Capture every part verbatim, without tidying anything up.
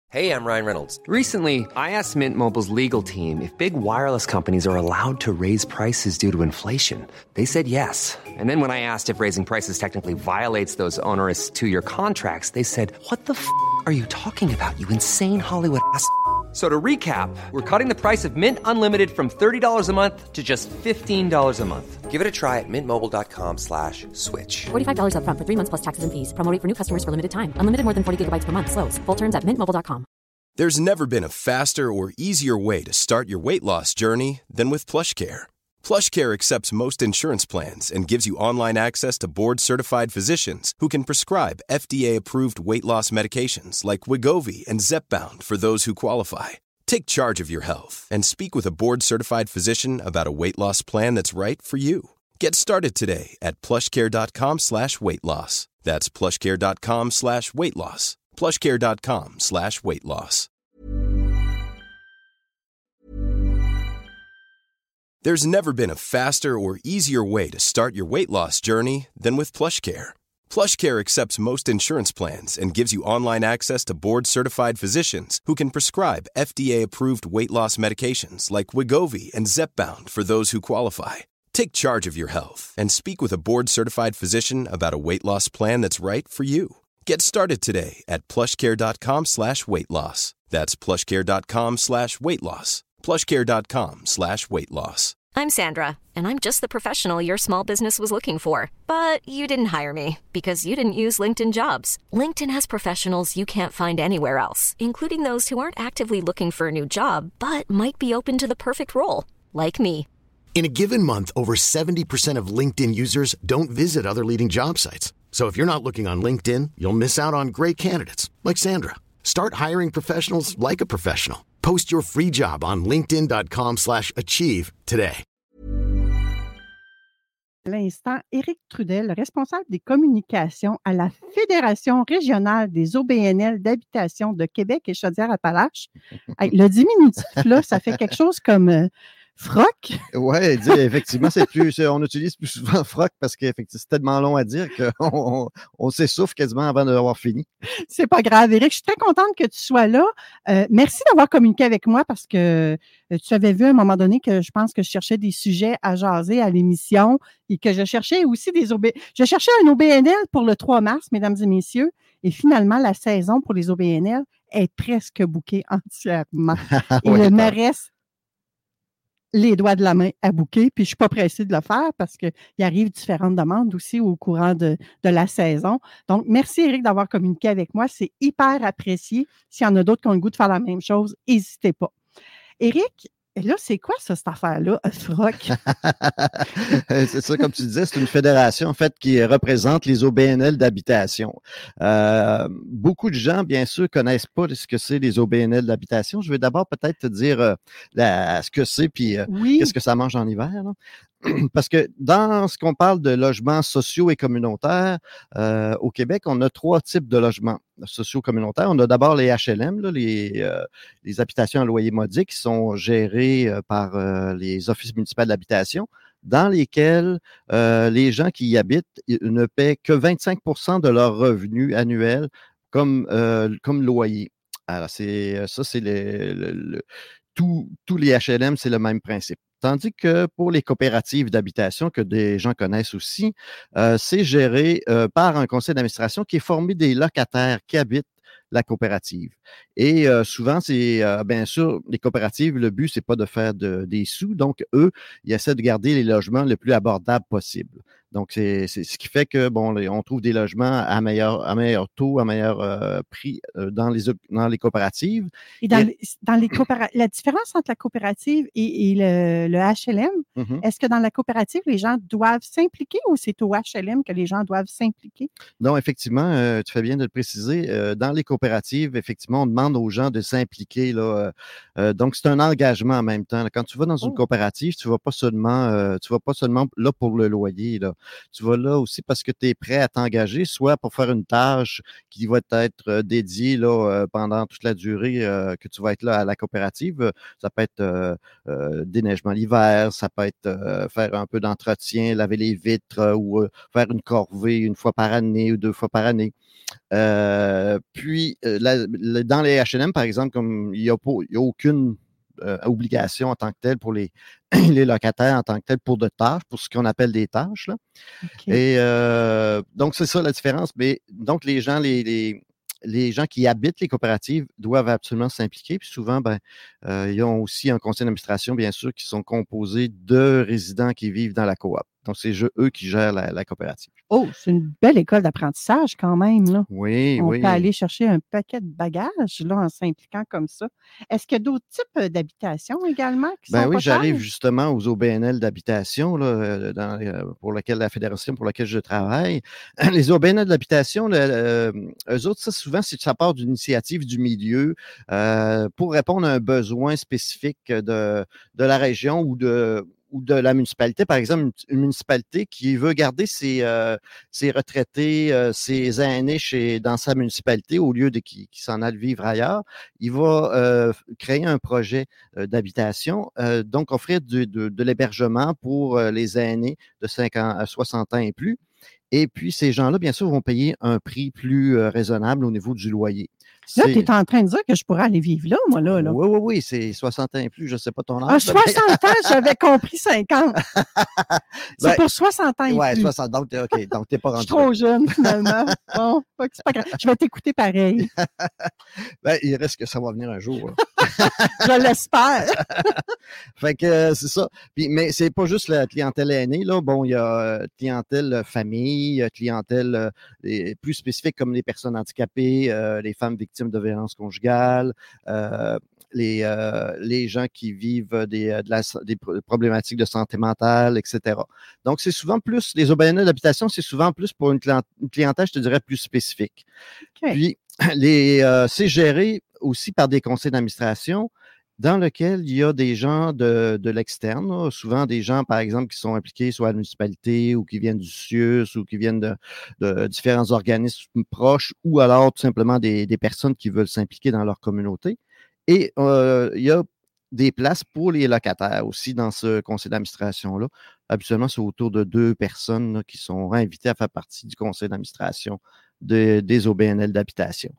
Hey, I'm Ryan Reynolds. Recently, I asked Mint Mobile's legal team if big wireless companies are allowed to raise prices due to inflation. They said yes. And then when I asked if raising prices technically violates those onerous two-year contracts, they said, "What the f*** are you talking about, you insane Hollywood ass?" So to recap, we're cutting the price of Mint Unlimited from thirty dollars a month to just fifteen dollars a month. Give it a try at mintmobile.com slash switch. forty-five dollars up front for three months plus taxes and fees. Promo rate for new customers for limited time. Unlimited more than forty gigabytes per month. Slows full terms at mint mobile dot com. There's never been a faster or easier way to start your weight loss journey than with PlushCare. PlushCare accepts most insurance plans and gives you online access to board-certified physicians who can prescribe F D A-approved weight loss medications like Wegovy and Zepbound for those who qualify. Take charge of your health and speak with a board-certified physician about a weight loss plan that's right for you. Get started today at plushcare.com slash weight loss. That's plushcare.com slash weight loss. plushcare.com slash weight loss. There's never been a faster or easier way to start your weight loss journey than with PlushCare. PlushCare accepts most insurance plans and gives you online access to board-certified physicians who can prescribe F D A-approved weight loss medications like Wegovy and Zepbound for those who qualify. Take charge of your health and speak with a board-certified physician about a weight loss plan that's right for you. Get started today at plushcare.com slash weight loss. That's plushcare.com slash weight loss. plushcare.com slash weight loss. I'm Sandra, and I'm just the professional your small business was looking for. But you didn't hire me because you didn't use LinkedIn Jobs. LinkedIn has professionals you can't find anywhere else, including those who aren't actively looking for a new job, but might be open to the perfect role, like me. In a given month, over seventy percent of LinkedIn users don't visit other leading job sites. So if you're not looking on LinkedIn, you'll miss out on great candidates like Sandra. Start hiring professionals like a professional. Post your free job on linkedin.com slash achieve today. À l'instant, Éric Trudel, responsable des communications à la Fédération régionale des O B N L d'habitation de Québec et Chaudière-Appalaches. Hey, le diminutif, là, ça fait quelque chose comme euh, froc. Oui, effectivement, c'est plus, c'est, on utilise plus souvent froc parce que c'est tellement long à dire qu'on on, on s'essouffle quasiment avant d'avoir fini. C'est pas grave, Éric. Je suis très contente que tu sois là. Euh, merci d'avoir communiqué avec moi parce que euh, tu avais vu à un moment donné que je pense que je cherchais des sujets à jaser à l'émission et que je cherchais aussi des O B... Je cherchais un O B N L pour le trois mars, mesdames et messieurs. Et finalement, la saison pour les O B N L est presque bouquée entièrement. Il oui, me reste les doigts de la main à bouquer, puis je ne suis pas pressée de le faire parce qu'il arrive différentes demandes aussi au courant de, de la saison. Donc, merci Éric d'avoir communiqué avec moi. C'est hyper apprécié. S'il y en a d'autres qui ont le goût de faire la même chose, n'hésitez pas. Éric, et là, c'est quoi ça, cette affaire-là, F R O C? C'est ça, comme tu disais, c'est une fédération, en fait, qui représente les O B N L d'habitation. Euh, beaucoup de gens, bien sûr, connaissent pas ce que c'est les O B N L d'habitation. Je vais d'abord peut-être te dire euh, la, ce que c'est, puis euh, oui. Qu'est-ce que ça mange en hiver, là. Parce que dans ce qu'on parle de logements sociaux et communautaires, euh, au Québec, on a trois types de logements sociaux communautaires. On a d'abord les H L M, là, les, euh, les habitations à loyer modique, qui sont gérées euh, par euh, les offices municipaux de l'habitation, dans lesquels euh, les gens qui y habitent ne paient que vingt-cinq pour cent de leur revenu annuel comme, euh, comme loyer. Alors, c'est, ça, c'est le, le, le, tous les H L M, c'est le même principe. Tandis que pour les coopératives d'habitation, que des gens connaissent aussi, euh, c'est géré euh, par un conseil d'administration qui est formé des locataires qui habitent la coopérative. Et euh, souvent, c'est euh, bien sûr, les coopératives, le but, c'est pas de faire de, des sous. Donc, eux, ils essaient de garder les logements le plus abordables possible. Donc, c'est, c'est ce qui fait que, bon, on trouve des logements à meilleur, à meilleur taux, à meilleur euh, prix euh, dans, les, dans les coopératives. Et dans, et, les, dans les coopératives, la différence entre la coopérative et, et le, le H L M, mm-hmm. Est-ce que dans la coopérative, les gens doivent s'impliquer ou c'est au H L M que les gens doivent s'impliquer? Non, effectivement, euh, tu fais bien de le préciser. Euh, dans les coopératives, effectivement, on demande aux gens de s'impliquer, là. Euh, donc, c'est un engagement en même temps. Quand tu vas dans une oh. coopérative, tu ne vas pas seulement, euh, tu vas pas seulement là pour le loyer, là. Tu vas là aussi parce que tu es prêt à t'engager, soit pour faire une tâche qui va être euh, dédiée là, euh, pendant toute la durée euh, que tu vas être là à la coopérative. Ça peut être euh, euh, déneigement l'hiver, ça peut être euh, faire un peu d'entretien, laver les vitres euh, ou euh, faire une corvée une fois par année ou deux fois par année. Euh, puis, euh, la- la- dans les H et M, par exemple, comme il n'y a, pas- il y a aucune euh, obligation en tant que telle pour les, les locataires en tant que tel pour de tâches, pour ce qu'on appelle des tâches. Là. OK. Et euh, donc, c'est ça la différence. Mais donc, les gens, les, les, les gens qui habitent les coopératives doivent absolument s'impliquer. Puis souvent, ben, euh, ils ont aussi un conseil d'administration, bien sûr, qui sont composés de résidents qui vivent dans la coop. Donc, c'est ju- eux qui gèrent la, la coopérative. Oh, c'est une belle école d'apprentissage quand même, là. Oui, On oui. peut aller chercher un paquet de bagages, là, en s'impliquant comme ça. Est-ce qu'il y a d'autres types euh, d'habitations également qui Ben sont oui, pas j'arrive chères? justement aux O B N L d'habitation, là, euh, dans, euh, pour laquelle la fédération pour laquelle je travaille. Les O B N L d'habitation, là, euh, eux autres, ça, souvent, c'est ça part d'une initiative du milieu euh, pour répondre à un besoin spécifique de, de la région ou de ou de la municipalité, par exemple, une, une municipalité qui veut garder ses, euh, ses retraités, euh, ses aînés chez, dans sa municipalité au lieu de qu'ils qu'ils s'en aillent vivre ailleurs, il va euh, créer un projet euh, d'habitation, euh, donc offrir du- de, de l'hébergement pour euh, les aînés de cinquante à soixante ans et plus. Et puis, ces gens-là, bien sûr, vont payer un prix plus euh, raisonnable au niveau du loyer. Là, tu C'est, es en train de dire que je pourrais aller vivre là, moi, là. là. oui, oui, oui, c'est soixante ans et plus, je ne sais pas ton Ah, âge. là, mais- soixante ans, j'avais compris cinquante. C'est Ben, pour soixante ans et ouais, plus. soixante, donc, t'es- OK, donc tu n'es pas Je suis rendu là. trop jeune, finalement. Bon, pas que c'est pas grave. Je vais t'écouter pareil. Ben, il reste que ça va venir un jour. là. Je l'espère. Fait que euh, c'est ça. Puis, mais c'est pas juste la clientèle aînée, là. Bon, il y a euh, clientèle euh, famille, euh, clientèle euh, les- plus spécifique comme les personnes handicapées, euh, les femmes victimes de violences conjugales, euh, les, euh, les gens qui vivent des, euh, de la, des pro- problématiques de santé mentale, et cetera. Donc, c'est souvent plus, les O B N L d'habitation, c'est souvent plus pour une, client- une clientèle, je te dirais, plus spécifique. OK. Puis, les, euh, c'est géré aussi par des conseils d'administration dans lequel il y a des gens de, de l'externe, là, souvent des gens, par exemple, qui sont impliqués soit à la municipalité ou qui viennent du C I U S ou qui viennent de, de différents organismes proches ou alors tout simplement des, des personnes qui veulent s'impliquer dans leur communauté. Et euh, il y a des places pour les locataires aussi dans ce conseil d'administration-là. Habituellement, c'est autour de deux personnes là, qui sont invitées à faire partie du conseil d'administration de- des O B N L d'habitation.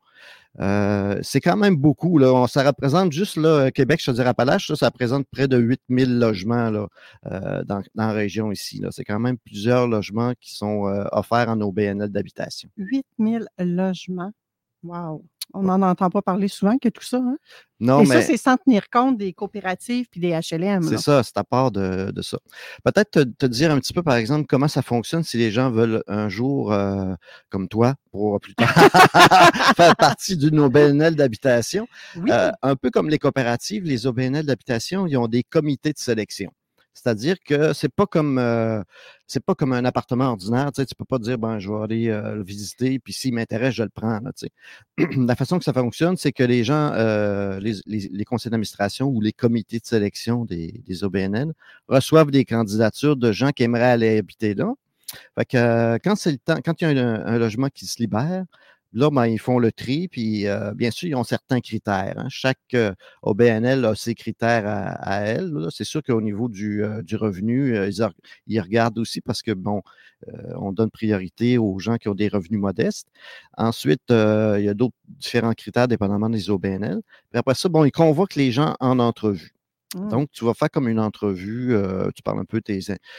Euh, c'est quand même beaucoup. Là. On- ça représente juste là, Québec, je te dirais Appalaches, ça, ça représente près de huit mille logements là, euh, dans, dans la région ici. Là. C'est quand même plusieurs logements qui sont euh, offerts en O B N L d'habitation. huit mille logements. Wow. On n'en entend pas parler souvent que tout ça. Hein? Non, Et mais ça, c'est sans tenir compte des coopératives puis des H L M. c'est là. ça, c'est à part de, de ça. Peut-être te, te dire un petit peu, par exemple, comment ça fonctionne si les gens veulent un jour, euh, comme toi, pour plus tard, faire partie d'une O B N L d'habitation. Oui. Euh, un peu comme les coopératives, les O B N L d'habitation, ils ont des comités de sélection. C'est-à-dire que c'est pas comme euh, c'est pas comme un appartement ordinaire. Tu sais, tu peux pas dire ben je vais aller euh, le visiter, puis s'il m'intéresse, je le prends. Là, tu sais. La façon que ça fonctionne, c'est que les gens, euh, les, les, les conseils d'administration ou les comités de sélection des, des O B N L reçoivent des candidatures de gens qui aimeraient aller habiter là. Fait que euh, quand c'est le temps, quand il y a un, un logement qui se libère, là, ben, ils font le tri, puis euh, bien sûr, ils ont certains critères. Hein. Chaque euh, O B N L a ses critères à, à elle. Là. C'est sûr qu'au niveau du, euh, du revenu, euh, ils, ils regardent aussi parce que, bon, euh, on donne priorité aux gens qui ont des revenus modestes. Ensuite, euh, il y a d'autres différents critères dépendamment des O B N L. Puis après ça, bon, ils convoquent les gens en entrevue. Mmh. Donc, tu vas faire comme une entrevue, euh, tu parles un peu de tes,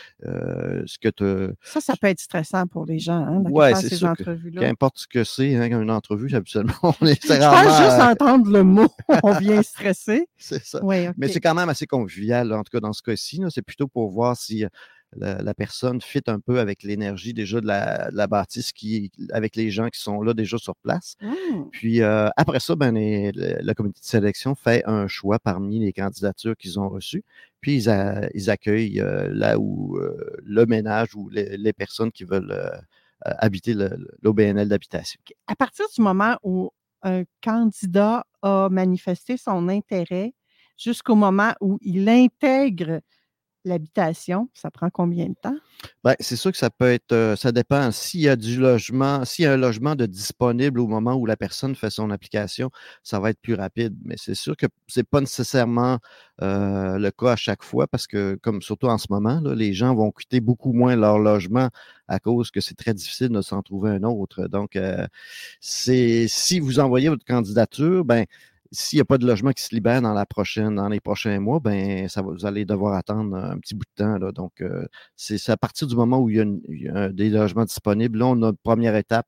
euh, ce que tu... Ça, ça peut être stressant pour les gens, hein, d'aller Ouais, faire c'est ces sûr que entrevues-là. qu'importe ce que c'est, hein, une entrevue, habituellement, on est c'est Je rarement... pense juste euh, entendre le mot, on vient stresser. c'est ça. Oui, OK. Mais c'est quand même assez convivial, là, en tout cas dans ce cas-ci. là. C'est plutôt pour voir si euh, la, la personne fit un peu avec l'énergie déjà de la, de la bâtisse, qui, avec les gens qui sont là déjà sur place. Mmh. Puis euh, après ça, ben, les- le, le comité de sélection fait un choix parmi les candidatures qu'ils ont reçues. Puis ils, a- ils accueillent euh, là où euh, le ménage ou les, les personnes qui veulent euh, euh, habiter l'O B N L d'habitation. À partir du moment où un candidat a manifesté son intérêt jusqu'au moment où il intègre l'habitation, ça prend combien de temps? Ben, c'est sûr que ça peut être, euh, ça dépend. S'il y a du logement, s'il y a un logement de disponible au moment où la personne fait son application, ça va être plus rapide. Mais c'est sûr que c'est pas nécessairement euh, le cas à chaque fois parce que, comme surtout en ce moment, là, les gens vont quitter beaucoup moins leur logement à cause que c'est très difficile de s'en trouver un autre. Donc, euh, c'est si vous envoyez votre candidature, ben s'il n'y a pas de logement qui se libère dans la prochaine, dans les prochains mois, ben ça va, vous allez devoir attendre un petit bout de temps. Là. Donc, euh, c'est, c'est à partir du moment où il y a, une, il y a des logements disponibles. Là, on a une première étape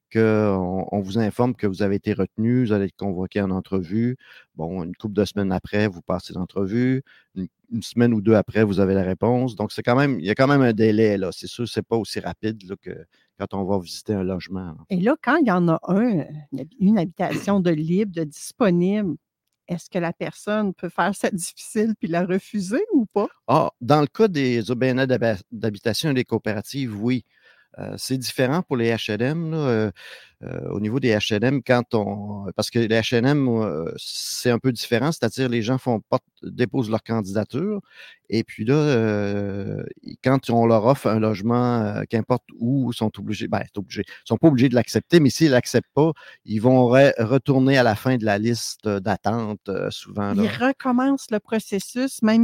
qu'on on vous informe que vous avez été retenu, vous allez être convoqué en entrevue. Bon, une couple de semaines après, vous passez l'entrevue. Une, une semaine ou deux après, vous avez la réponse. Donc, c'est quand même, il y a quand même un délai. Là. C'est sûr, c'est pas aussi rapide là, que quand on va visiter un logement. Là. Et là, quand il y en a un, une habitation de libre, de disponible, est-ce que la personne peut faire ça difficile puis la refuser ou pas? Ah, dans le cas des O B N L d'hab- d'habitation et des coopératives, oui. Euh, c'est différent pour les H L M. Là, euh, euh, au niveau des H L M, quand on. Parce que les H L M, euh, c'est un peu différent, c'est-à-dire les gens font porte, déposent leur candidature. Et puis là, euh, quand on leur offre un logement, euh, qu'importe où, sont obligés, ben, sont obligés, sont pas obligés de l'accepter, mais s'ils l'acceptent pas, ils vont re- retourner à la fin de la liste d'attente, euh, souvent. Là. Ils recommencent le processus, même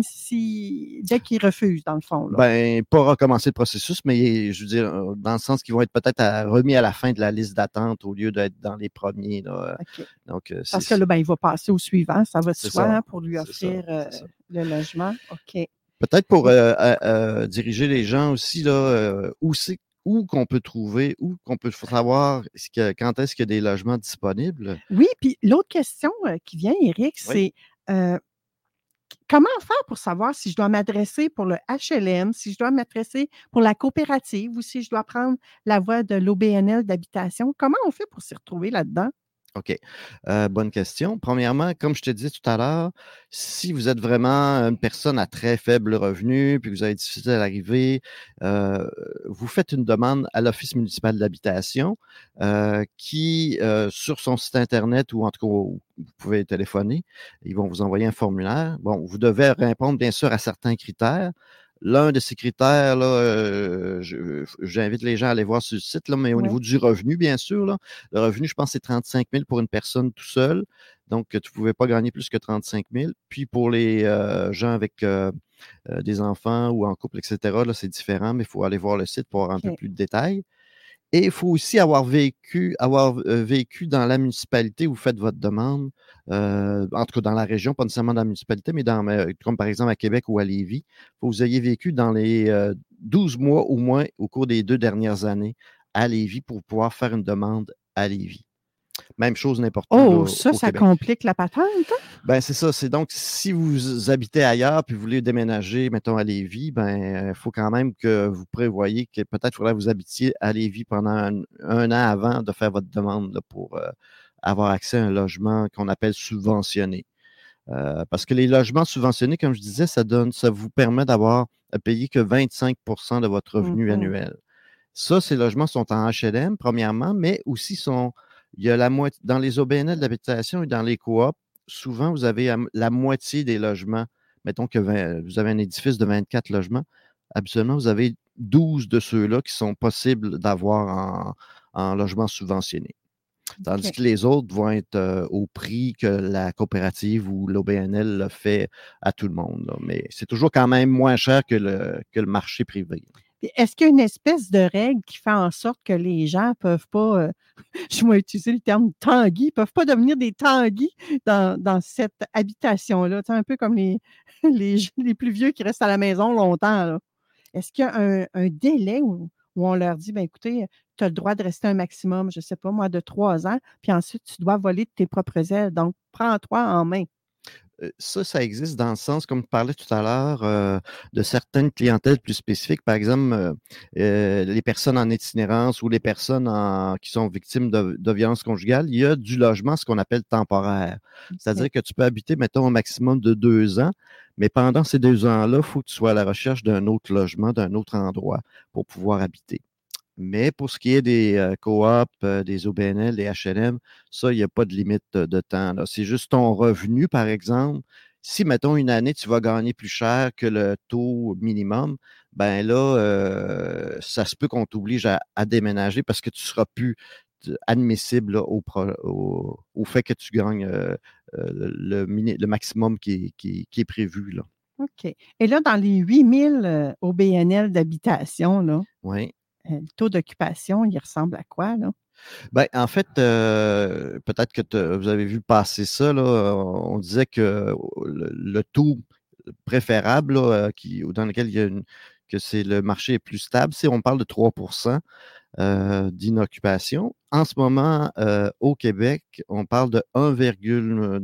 si dès qu'ils refusent, dans le fond. Là. Ben, pas recommencer le processus, mais je veux dire, euh, dans le sens qu'ils vont être peut-être à- remis à la fin de la liste d'attente au lieu d'être dans les premiers. Là. OK. Donc, euh, Parce c'est, que là, ben, il va passer au suivant, ça va de c'est soi, ça. hein, pour lui C'est offrir ça, euh, c'est ça. le logement. OK. Peut-être pour euh, euh, euh, diriger les gens aussi, là, euh, où c'est où qu'on peut trouver, où qu'on peut savoir est-ce que, quand est-ce qu'il y a des logements disponibles. Oui, puis l'autre question euh, qui vient, Éric, Oui. c'est euh, comment faire pour savoir si je dois m'adresser pour le H L M, si je dois m'adresser pour la coopérative ou si je dois prendre la voie de l'O B N L d'habitation? Comment on fait pour s'y retrouver là-dedans? OK. Euh, bonne question. Premièrement, comme je te disais tout à l'heure, si vous êtes vraiment une personne à très faible revenu, puis vous avez difficile à l'arrivée, euh, vous faites une demande à l'Office municipal d'habitation euh, qui, euh, sur son site Internet ou en tout cas, vous pouvez téléphoner, ils vont vous envoyer un formulaire. Bon, vous devez répondre bien sûr à certains critères. L'un de ces critères, là, euh, je- j'invite les gens à aller voir sur le site, là, mais au Ouais. niveau du revenu, bien sûr, là, le revenu, je pense, c'est trente-cinq mille pour une personne tout seul. Donc, tu ne pouvais pas gagner plus que trente-cinq mille. Puis pour les euh, gens avec euh, euh, des enfants ou en couple, et cetera, là, c'est différent, mais il faut aller voir le site pour avoir un peu OK. plus de détails. Et il faut aussi avoir vécu, avoir euh, vécu dans la municipalité où vous faites votre demande, euh, en tout cas dans la région, pas nécessairement dans la municipalité, mais dans, euh, comme par exemple à Québec ou à Lévis. Il faut que vous ayez vécu dans les euh, douze mois au moins au cours des deux dernières années à Lévis pour pouvoir faire une demande à Lévis. Même chose n'importe où Oh, là, ça, au ça Québec. complique la patente. hein? Ben, c'est ça. C'est donc, si vous habitez ailleurs puis vous voulez déménager, mettons, à Lévis, ben, il faut quand même que vous prévoyez que peut-être il faudrait que vous habitiez à Lévis pendant un, un an avant de faire votre demande là, pour euh, avoir accès à un logement qu'on appelle subventionné. Euh, parce que les logements subventionnés, comme je disais, ça donne, ça vous permet d'avoir à payer que vingt-cinq pour cent de votre revenu Mhm. annuel. Ça, ces logements sont en H L M, premièrement, mais aussi sont, il y a la moitié, dans les O B N L d'habitation et dans les coops, souvent, vous avez la, la moitié des logements. Mettons que vingt vous avez un édifice de vingt-quatre logements. Habituellement, vous avez douze de ceux-là qui sont possibles d'avoir en, en logement subventionné. Tandis OK. que les autres vont être euh, au prix que la coopérative ou l'O B N L le fait à tout le monde. Là. Mais c'est toujours quand même moins cher que le, que le marché privé. Puis Est-ce qu'il y a une espèce de règle qui fait en sorte que les gens ne peuvent pas, euh, je vais utiliser le terme tanguy, ne peuvent pas devenir des tanguys dans, dans cette habitation-là? Tu sais, un peu comme les, les, les plus vieux qui restent à la maison longtemps. là. Est-ce qu'il y a un, un délai où, où on leur dit, ben écoutez, tu as le droit de rester un maximum, je ne sais pas moi, de trois ans, puis ensuite tu dois voler de tes propres ailes. Donc, prends-toi en main. Euh, Ça, ça existe dans le sens, comme tu parlais tout à l'heure, euh, de certaines clientèles plus spécifiques. Par exemple, euh, euh, les personnes en itinérance ou les personnes en- qui sont victimes de, de violences conjugales, il y a du logement, ce qu'on appelle temporaire. C'est-à-dire que tu peux habiter, mettons, au maximum de deux ans, mais pendant ces deux ans-là, il faut que tu sois à la recherche d'un autre logement, d'un autre endroit pour pouvoir habiter. Mais pour ce qui est des euh, coops, euh, des O B N L, des H L M, ça, il n'y a pas de limite de, de temps. là. C'est juste ton revenu, par exemple. si, mettons, une année, tu vas gagner plus cher que le taux minimum, ben là, euh, ça se peut qu'on t'oblige à, à déménager parce que tu ne seras plus admissible là, au, pro, au, au fait que tu gagnes euh, euh, le, mini, le maximum qui est, qui, qui est prévu. Là. OK. Et là, dans les huit mille euh, O B N L d'habitation, là, oui. euh, le taux d'occupation, il ressemble à quoi, là? Ben, en fait, euh, peut-être que vous avez vu passer ça, là, on disait que le, le taux préférable là, qui, dans lequel il y a une, que c'est le marché est plus stable, c'est on parle de trois pour cent euh, d'inoccupation. En ce moment, euh, au Québec, on parle de un virgule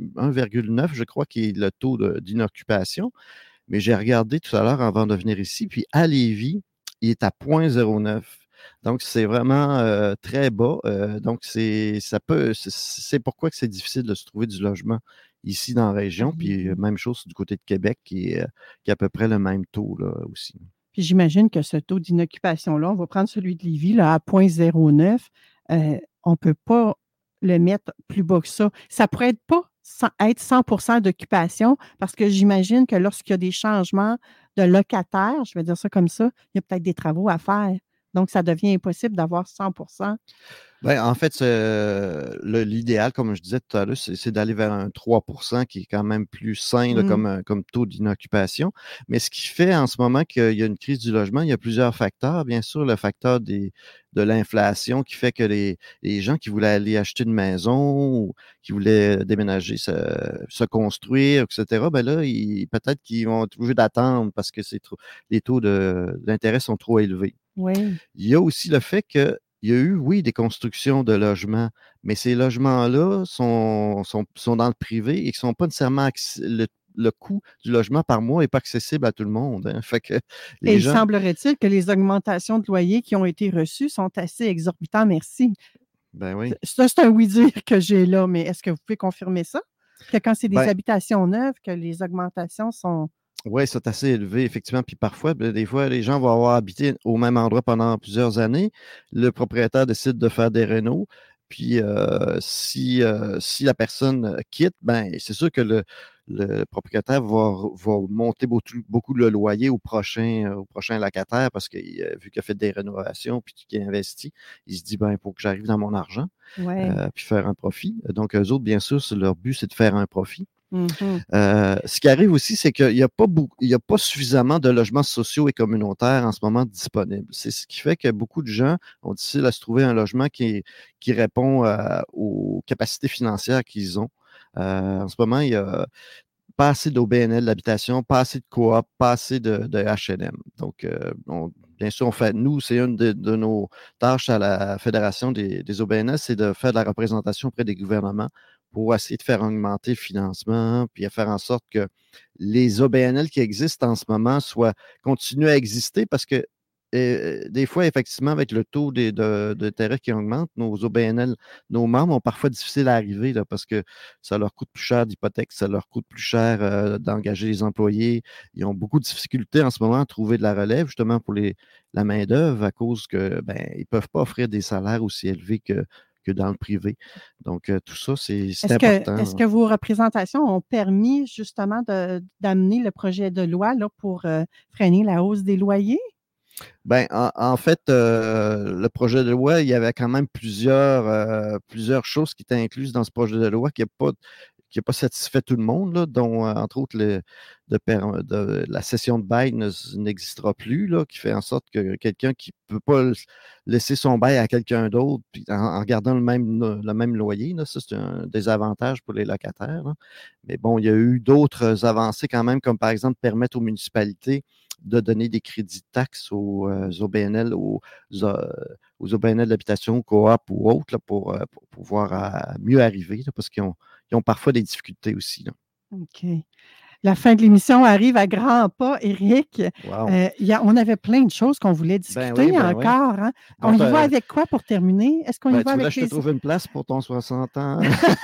neuf, je crois, qui est le taux de, d'inoccupation. Mais j'ai regardé tout à l'heure avant de venir ici, puis à Lévis, il est à zéro virgule zéro neuf. Donc, c'est vraiment euh, très bas. Euh, donc, c'est, ça peut, c'est, c'est pourquoi que c'est difficile de se trouver du logement ici dans la région. Mmh. Puis, même chose du côté de Québec, qui est, qui est à peu près le même taux là, aussi. Puis, j'imagine que ce taux d'inoccupation-là, on va prendre celui de Lévis là, à zéro virgule zéro neuf. Euh, on ne peut pas le mettre plus bas que ça. Ça pourrait être pas sans, être cent pour cent d'occupation parce que j'imagine que lorsqu'il y a des changements de locataires, je vais dire ça comme ça, il y a peut-être des travaux à faire. Donc, ça devient impossible d'avoir cent pour cent. Ben, en fait, euh, le, l'idéal, comme je disais tout à l'heure, c'est, c'est d'aller vers un trois pour cent qui est quand même plus sain là, mmh. comme, comme taux d'inoccupation. Mais ce qui fait en ce moment qu'il y a une crise du logement, il y a plusieurs facteurs. Bien sûr, le facteur des, de l'inflation qui fait que les, les gens qui voulaient aller acheter une maison ou qui voulaient déménager, se, se construire, et cetera, ben là, ils, peut-être qu'ils vont être obligés d'attendre parce que c'est trop, les taux de, d'intérêt sont trop élevés. Oui. Il y a aussi le fait que il y a eu, oui, des constructions de logements, mais ces logements-là sont, sont, sont dans le privé et qui ne sont pas nécessairement le, le coût du logement par mois n'est pas accessible à tout le monde. Hein. Fait que les et gens... il semblerait-il que les augmentations de loyers qui ont été reçues sont assez exorbitantes, merci. Ben oui. Ça, c'est un oui-dire que j'ai là, mais est-ce que vous pouvez confirmer ça? Que quand c'est des ben, habitations neuves, que les augmentations sont... Oui, c'est assez élevé, effectivement. Puis parfois, des fois, les gens vont avoir habité au même endroit pendant plusieurs années. Le propriétaire décide de faire des rénaux. Puis euh, si, euh, si la personne quitte, ben c'est sûr que le, le propriétaire va, va monter beaucoup, beaucoup le loyer au prochain, au prochain locataire parce que vu qu'il a fait des rénovations puis qu'il a investi, il se dit, ben il faut que j'arrive dans mon argent ouais. euh, puis faire un profit. Donc, eux autres, bien sûr, leur but, c'est de faire un profit. Mm-hmm. Euh, ce qui arrive aussi, c'est qu'il n'y a pas beaucoup, il y a pas suffisamment de logements sociaux et communautaires en ce moment disponibles. C'est ce qui fait que beaucoup de gens ont difficile à se trouver un logement qui, qui répond euh, aux capacités financières qu'ils ont. Euh, en ce moment, il y a pas assez d'O B N L d'habitation, pas assez de coop, pas assez de, de H L M. Donc, euh, on, bien sûr, on fait, nous, c'est une de, de nos tâches à la Fédération des, des O B N L, c'est de faire de la représentation auprès des gouvernements pour essayer de faire augmenter le financement, puis à faire en sorte que les O B N L qui existent en ce moment soient, continuent à exister parce que euh, des fois, effectivement, avec le taux de, de, d'intérêt qui augmente, nos O B N L, nos membres ont parfois difficile à arriver là, parce que ça leur coûte plus cher d'hypothèque, ça leur coûte plus cher euh, d'engager les employés. Ils ont beaucoup de difficultés en ce moment à trouver de la relève, justement pour les, la main-d'œuvre, à cause que ben, ils ne peuvent pas offrir des salaires aussi élevés que que dans le privé. Donc, euh, tout ça, c'est, c'est est-ce important. Que, est-ce que vos représentations ont permis justement de, d'amener le projet de loi là, pour euh, freiner la hausse des loyers? Ben, en, en fait, euh, le projet de loi, il y avait quand même plusieurs, euh, plusieurs choses qui étaient incluses dans ce projet de loi qui n'a pas, qui n'a pas satisfait tout le monde, là, dont, euh, entre autres, le, de, de, la cession de bail ne, n'existera plus, là, qui fait en sorte que quelqu'un qui ne peut pas laisser son bail à quelqu'un d'autre puis en, en gardant le même, le même loyer, là, ça, c'est un désavantage pour les locataires. Là. Mais bon, il y a eu d'autres avancées quand même, comme par exemple permettre aux municipalités de donner des crédits de taxes aux, euh, aux O B N L, aux, euh, aux O B N L d'habitation, coop ou autres, là, pour, euh, pour pouvoir euh, mieux arriver, là, parce qu'ils ont, ils ont parfois des difficultés aussi. Là. OK. La fin de l'émission arrive à grands pas, Éric. Wow. Euh, y a, on avait plein de choses qu'on voulait discuter ben oui, ben encore. Oui. Hein? On bon, y va avec quoi pour terminer? Est-ce qu'on ben, y va tu avec les... je te trouve une place pour ton soixante ans?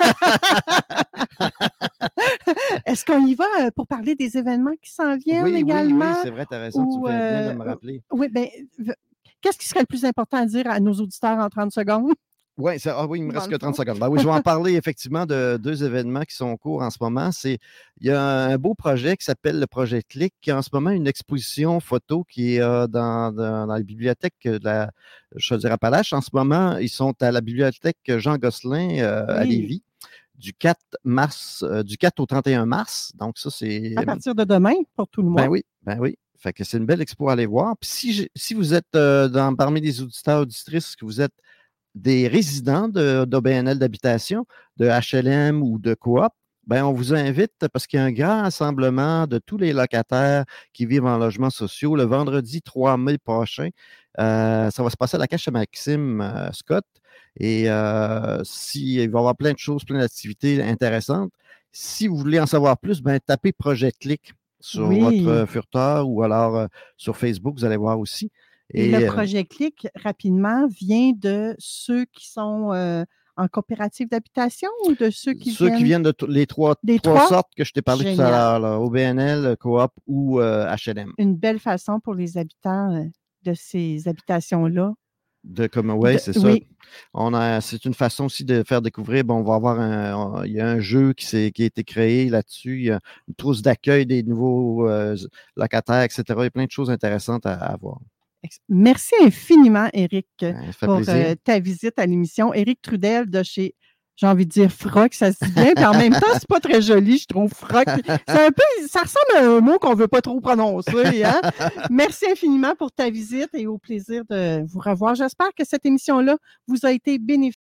Est-ce qu'on y va pour parler des événements qui s'en viennent oui, également? Oui, oui, c'est vrai, tu as raison, ou, tu fais bien de me rappeler. Oui, bien, qu'est-ce qui serait le plus important à dire à nos auditeurs en trente secondes? Ouais, ça, ah oui, il me Dans reste le que trente fond. secondes. Ben oui, je vais en parler effectivement de deux événements qui sont en cours en ce moment. C'est, il y a un beau projet qui s'appelle le projet Clic, qui a en ce moment une exposition photo qui est euh, dans, dans, dans les bibliothèques de la Chaudière-Appalaches. En ce moment, ils sont à la bibliothèque Jean Gosselin euh, à Oui. Lévis du quatre mars, euh, du quatre au trente et un mars. Donc, ça, c'est. À partir de demain, pour tout le mois. Ben oui, ben oui. Fait que c'est une belle expo à aller voir. Puis si, j'ai- si vous êtes euh, dans, parmi les auditeurs auditrices, que vous êtes des résidents de, d'O B N L d'habitation, de H L M ou de coop, ben on vous invite parce qu'il y a un grand rassemblement de tous les locataires qui vivent en logements sociaux le vendredi trois mai prochain. Euh, ça va se passer à la Cache à Maxime euh, Scott. Et euh, si, il va y avoir plein de choses, plein d'activités intéressantes. Si vous voulez en savoir plus, ben tapez Projet Clic sur Oui. votre euh, furteur ou alors euh, sur Facebook, vous allez voir aussi. Et, le euh, projet Clic, rapidement, vient de ceux qui sont euh, en coopérative d'habitation ou de ceux qui Ceux viennent... qui viennent de t- les trois, Des trois, trois? sortes que je t'ai parlé tout à Génial. l'heure, là, O B N L, coop ou euh, H L M. Une belle façon pour les habitants euh, de ces habitations-là. De comme ouais, De- c'est ça. oui. On a, c'est une façon aussi de faire découvrir. Bon, on va avoir un, on- il y a un jeu qui, s'est, qui a été créé là-dessus. Il y a une trousse d'accueil des nouveaux euh, locataires, et cetera. Il y a plein de choses intéressantes à, à voir. Ex- Merci infiniment, Éric, Ben, ça fait pour plaisir. euh, ta visite à l'émission. Éric Trudel de chez, j'ai envie de dire Froc, ça se dit bien, puis en même temps, c'est pas très joli, je trouve Froc. C'est un peu, ça ressemble à un mot qu'on veut pas trop prononcer. Hein? Merci infiniment pour ta visite et au plaisir de vous revoir. J'espère que cette émission-là vous a été bénéfique.